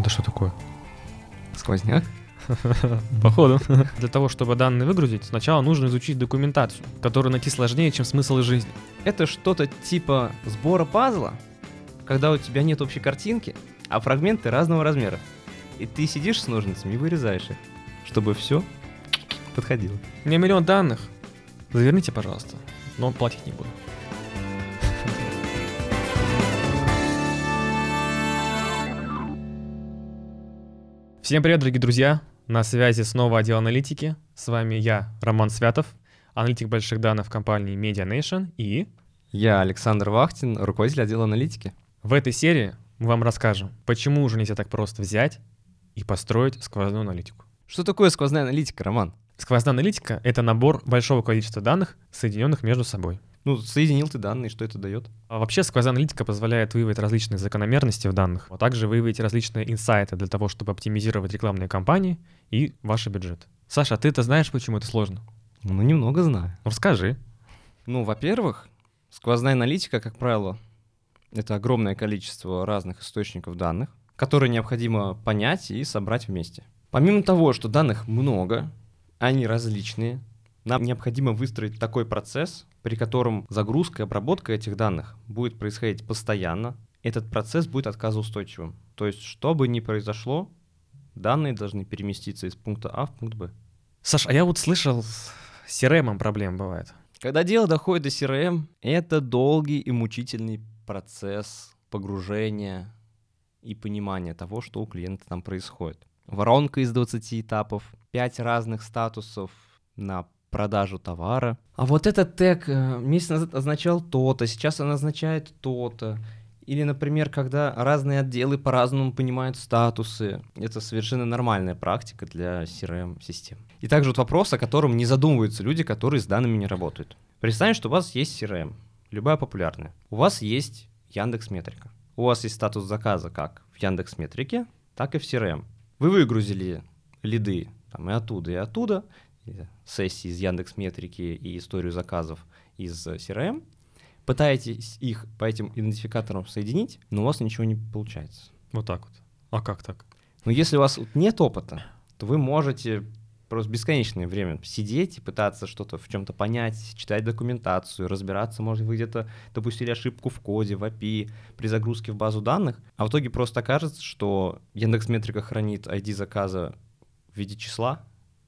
Это что такое? Сквозняк? Походу. Для того, чтобы данные выгрузить, сначала нужно изучить документацию, которую найти сложнее, чем смысл из жизни. Это что-то типа сбора пазла, когда у тебя нет общей картинки, а фрагменты разного размера. И ты сидишь с ножницами и вырезаешь их, чтобы все подходило. У меня миллион данных. Заверните, пожалуйста, но платить не буду. Всем привет, дорогие друзья! На связи снова отдел аналитики. С вами я, Роман Святов, аналитик больших данных в компании MediaNation, и... Я Александр Вахтин, руководитель отдела аналитики. В этой серии мы вам расскажем, почему уже нельзя так просто взять и построить сквозную аналитику. Что такое сквозная аналитика, Роман? Сквозная аналитика — это набор большого количества данных, соединенных между собой. Соединил ты данные, что это дает? А вообще сквозная аналитика позволяет выявить различные закономерности в данных, а также выявить различные инсайты для того, чтобы оптимизировать рекламные кампании и ваш бюджет. Саша, а ты-то знаешь, почему это сложно? Немного знаю. Расскажи. Во-первых, сквозная аналитика, как правило, это огромное количество разных источников данных, которые необходимо понять и собрать вместе. Помимо того, что данных много, они различные, нам необходимо выстроить такой процесс, при котором загрузка и обработка этих данных будет происходить постоянно. Этот процесс будет отказоустойчивым. То есть, что бы ни произошло, данные должны переместиться из пункта А в пункт Б. Саш, а я вот слышал, с CRM проблем бывает. Когда дело доходит до CRM, это долгий и мучительный процесс погружения и понимания того, что у клиента там происходит. Воронка из 20 этапов, 5 разных статусов на продажу товара. А вот этот тег месяц назад означал то-то, сейчас он означает то-то. Или, например, когда разные отделы по-разному понимают статусы. Это совершенно нормальная практика для CRM-систем. И также вот вопрос, о котором не задумываются люди, которые с данными не работают. Представим, что у вас есть CRM, любая популярная. У вас есть Яндекс.Метрика. У вас есть статус заказа как в Яндекс.Метрике, так и в CRM. Вы выгрузили лиды там, и оттуда, сессии из Яндекс.Метрики и историю заказов из CRM, пытаетесь их по этим идентификаторам соединить, но у вас ничего не получается. Вот так вот. А как так? Если у вас нет опыта, то вы можете просто бесконечное время сидеть и пытаться что-то в чем-то понять, читать документацию, разбираться, может, вы где-то допустили ошибку в коде, в API, при загрузке в базу данных, а в итоге просто окажется, что Яндекс.Метрика хранит ID заказа в виде числа,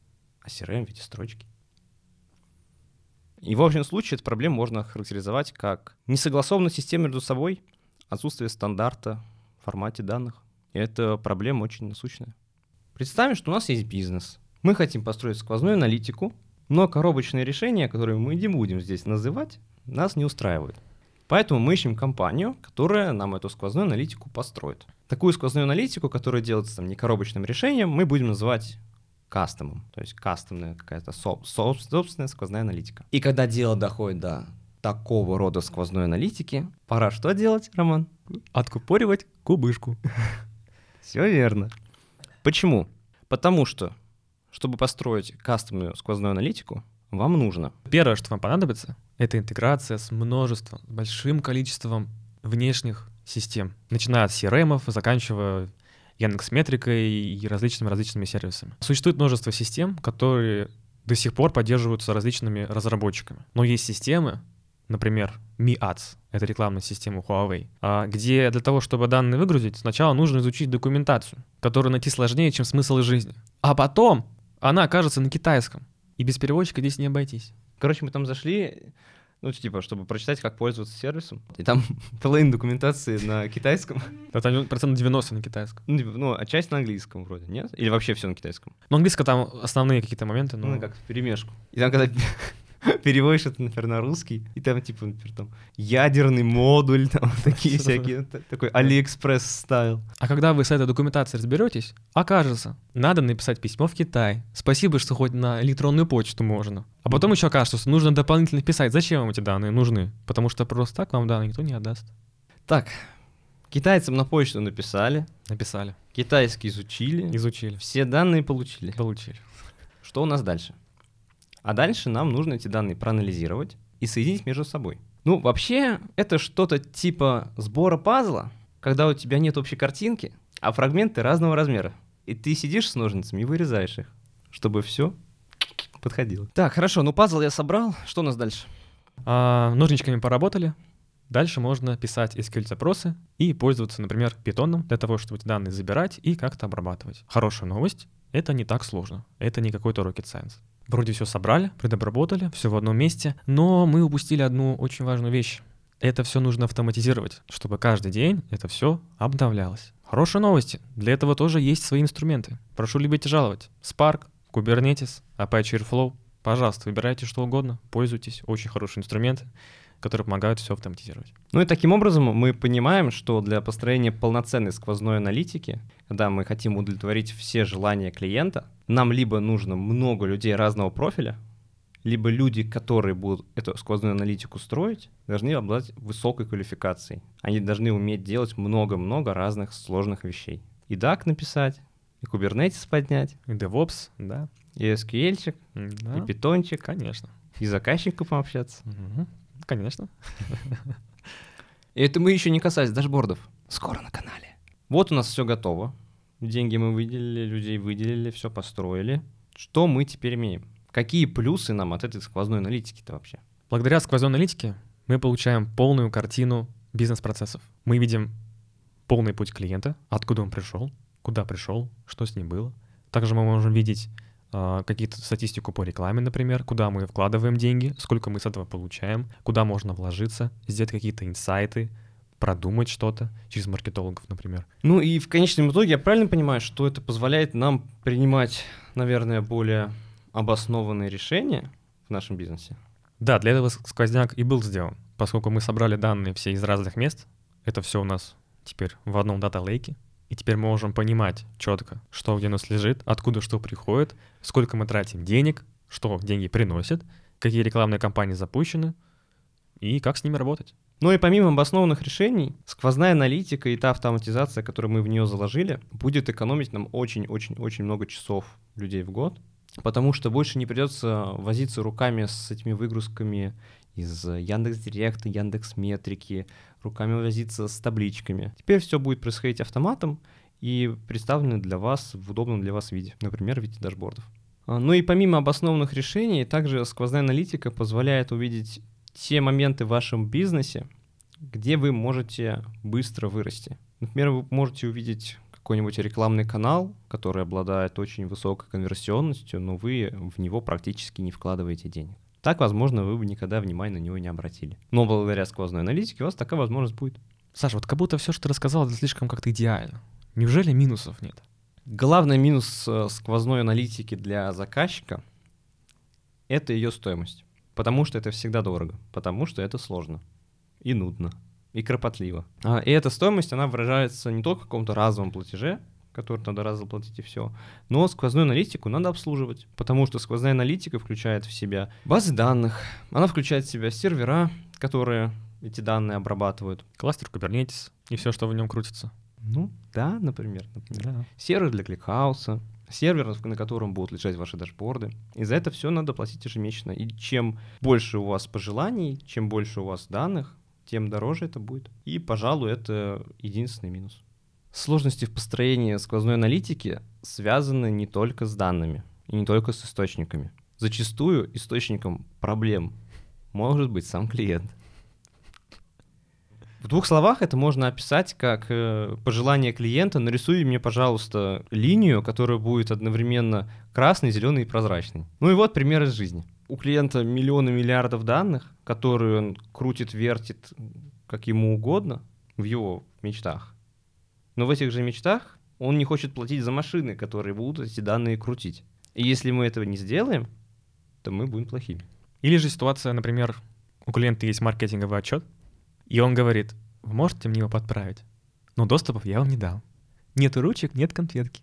а CRM в виде строчки. И в общем случае эту проблему можно характеризовать как несогласованность систем между собой, отсутствие стандарта в формате данных. И эта проблема очень насущная. Представим, что у нас есть бизнес. Мы хотим построить сквозную аналитику, но коробочные решения, которые мы не будем здесь называть, нас не устраивают. Поэтому мы ищем компанию, которая нам эту сквозную аналитику построит. Такую сквозную аналитику, которая делается не коробочным решением, мы будем называть кастомом, то есть кастомная какая-то собственная сквозная аналитика. И когда дело доходит до такого рода сквозной аналитики, пора что делать, Роман? Откупоривать кубышку. Все верно. Почему? Потому что, чтобы построить кастомную сквозную аналитику, вам нужно... Первое, что вам понадобится, это интеграция с большим количеством внешних систем, начиная от CRM-ов, заканчивая Яндекс.Метрикой и различными сервисами. Существует множество систем, которые до сих пор поддерживаются различными разработчиками. Но есть системы, например, Mi Ads, это рекламная система Huawei, где для того, чтобы данные выгрузить, сначала нужно изучить документацию, которую найти сложнее, чем смысл из жизни. А потом она окажется на китайском. И без переводчика здесь не обойтись. Мы там зашли, чтобы прочитать, как пользоваться сервисом. И там половина документации на китайском. Это 90% на китайском. А часть на английском вроде, нет? Или вообще все на китайском? Английском там основные какие-то моменты. Как вперемешку. И там, когда переводишь это, например, на русский, и там, например, там ядерный модуль, там такие всякие, такой AliExpress стайл. А когда вы с этой документацией разберетесь, окажется, надо написать письмо в Китай. Спасибо, что хоть на электронную почту можно. А потом еще окажется, что нужно дополнительно писать, зачем вам эти данные нужны, потому что просто так вам данные никто не отдаст. Так, китайцам на почту написали. Китайский изучили. Все данные получили. Что у нас дальше? А дальше нам нужно эти данные проанализировать и соединить между собой. Вообще, это что-то типа сбора пазла, когда у тебя нет общей картинки, а фрагменты разного размера. И ты сидишь с ножницами и вырезаешь их, чтобы все подходило. Так, хорошо, ну пазл я собрал. Что у нас дальше? Ножничками поработали. Дальше можно писать SQL-запросы и пользоваться, например, питоном для того, чтобы эти данные забирать и как-то обрабатывать. Хорошая новость — это не так сложно. Это не какой-то rocket science. Вроде все собрали, предобработали, все в одном месте, но мы упустили одну очень важную вещь. Это все нужно автоматизировать, чтобы каждый день это все обновлялось. Хорошие новости. Для этого тоже есть свои инструменты. Прошу любить и жаловать. Spark, Kubernetes, Apache Airflow. Пожалуйста, выбирайте что угодно, пользуйтесь. Очень хорошие инструменты, которые помогают все автоматизировать. Ну и таким образом мы понимаем, что для построения полноценной сквозной аналитики, когда мы хотим удовлетворить все желания клиента, нам либо нужно много людей разного профиля, либо люди, которые будут эту сквозную аналитику строить, должны обладать высокой квалификацией. Они должны уметь делать много-много разных сложных вещей. И DAG написать, и Kubernetes поднять, И DevOps, да. и SQL-чик, Да, и питончик, конечно. и с заказчиком пообщаться. Мгм. Конечно. И это мы еще не касаясь дашбордов. Скоро на канале. Вот у нас все готово. Деньги мы выделили, людей выделили, все построили. Что мы теперь имеем? Какие плюсы нам от этой сквозной аналитики-то вообще? Благодаря сквозной аналитике мы получаем полную картину бизнес-процессов. Мы видим полный путь клиента, откуда он пришел, куда пришел, что с ним было. Также мы можем видеть какие-то статистику по рекламе, например, куда мы вкладываем деньги, сколько мы с этого получаем, куда можно вложиться, сделать какие-то инсайты, продумать что-то через маркетологов, например. Ну и в конечном итоге я правильно понимаю, что это позволяет нам принимать, наверное, более обоснованные решения в нашем бизнесе? Да, для этого сквозняк и был сделан, поскольку мы собрали данные все из разных мест. Это все у нас теперь в одном дата-лейке. И теперь мы можем понимать четко, что где у нас лежит, откуда что приходит, сколько мы тратим денег, что деньги приносят, какие рекламные кампании запущены и как с ними работать. Ну и помимо обоснованных решений, сквозная аналитика и та автоматизация, которую мы в нее заложили, будет экономить нам очень-очень-очень много часов людей в год, потому что больше не придется возиться руками с этими выгрузками из Яндекс.Директа, Яндекс.Метрики, руками возиться с табличками. Теперь все будет происходить автоматом и представлено для вас в удобном для вас виде, например, в виде дашбордов. Ну и помимо обоснованных решений, также сквозная аналитика позволяет увидеть те моменты в вашем бизнесе, где вы можете быстро вырасти. Например, вы можете увидеть какой-нибудь рекламный канал, который обладает очень высокой конверсионностью, но вы в него практически не вкладываете денег. Так, возможно, вы бы никогда внимания на него не обратили. Но благодаря сквозной аналитике у вас такая возможность будет. Саша, вот как будто все, что ты рассказал, это слишком как-то идеально. Неужели минусов нет? Главный минус сквозной аналитики для заказчика — это ее стоимость. Потому что это всегда дорого, потому что это сложно и нудно, и кропотливо. И эта стоимость, она выражается не только в каком-то разовом платеже, который надо раз заплатить и все, но сквозную аналитику надо обслуживать, потому что сквозная аналитика включает в себя базы данных, она включает в себя сервера, которые эти данные обрабатывают. Кластер Kubernetes и все, что в нем крутится. Ну да, например. Да. Сервер для кликхауса, сервер, на котором будут лежать ваши дашборды. И за это все надо платить ежемесячно. И чем больше у вас пожеланий, чем больше у вас данных, тем дороже это будет. И, пожалуй, это единственный минус. Сложности в построении сквозной аналитики связаны не только с данными и не только с источниками. Зачастую источником проблем может быть сам клиент. В двух словах это можно описать как пожелание клиента: нарисуй мне, пожалуйста, линию, которая будет одновременно красной, зеленой и прозрачной. Ну и вот пример из жизни. У клиента миллионы миллиардов данных, которые он крутит, вертит как ему угодно в его мечтах. Но в этих же мечтах он не хочет платить за машины, которые будут эти данные крутить. И если мы этого не сделаем, то мы будем плохими. Или же ситуация, например, у клиента есть маркетинговый отчет, и он говорит: вы можете мне его подправить, но доступов я вам не дам. Нет ручек, нет конфетки.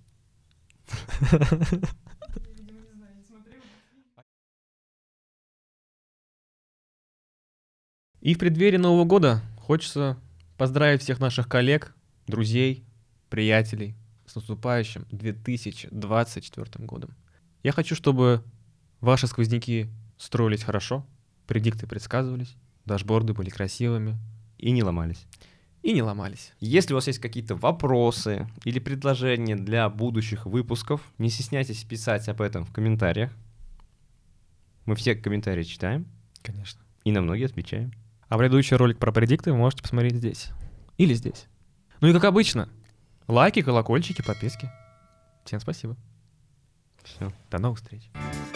И в преддверии Нового года хочется поздравить всех наших коллег, друзей, приятелей с наступающим 2024 годом. Я хочу, чтобы ваши сквозняки строились хорошо, предикты предсказывались, дашборды были красивыми И не ломались. и не ломались. Если у вас есть какие-то вопросы или предложения для будущих выпусков, не стесняйтесь писать об этом в комментариях. Мы все комментарии читаем. Конечно. И на многие отвечаем. А предыдущий ролик про предикты вы можете посмотреть здесь. Или здесь. Ну и как обычно, лайки, колокольчики, подписки. Всем спасибо. Все. До новых встреч.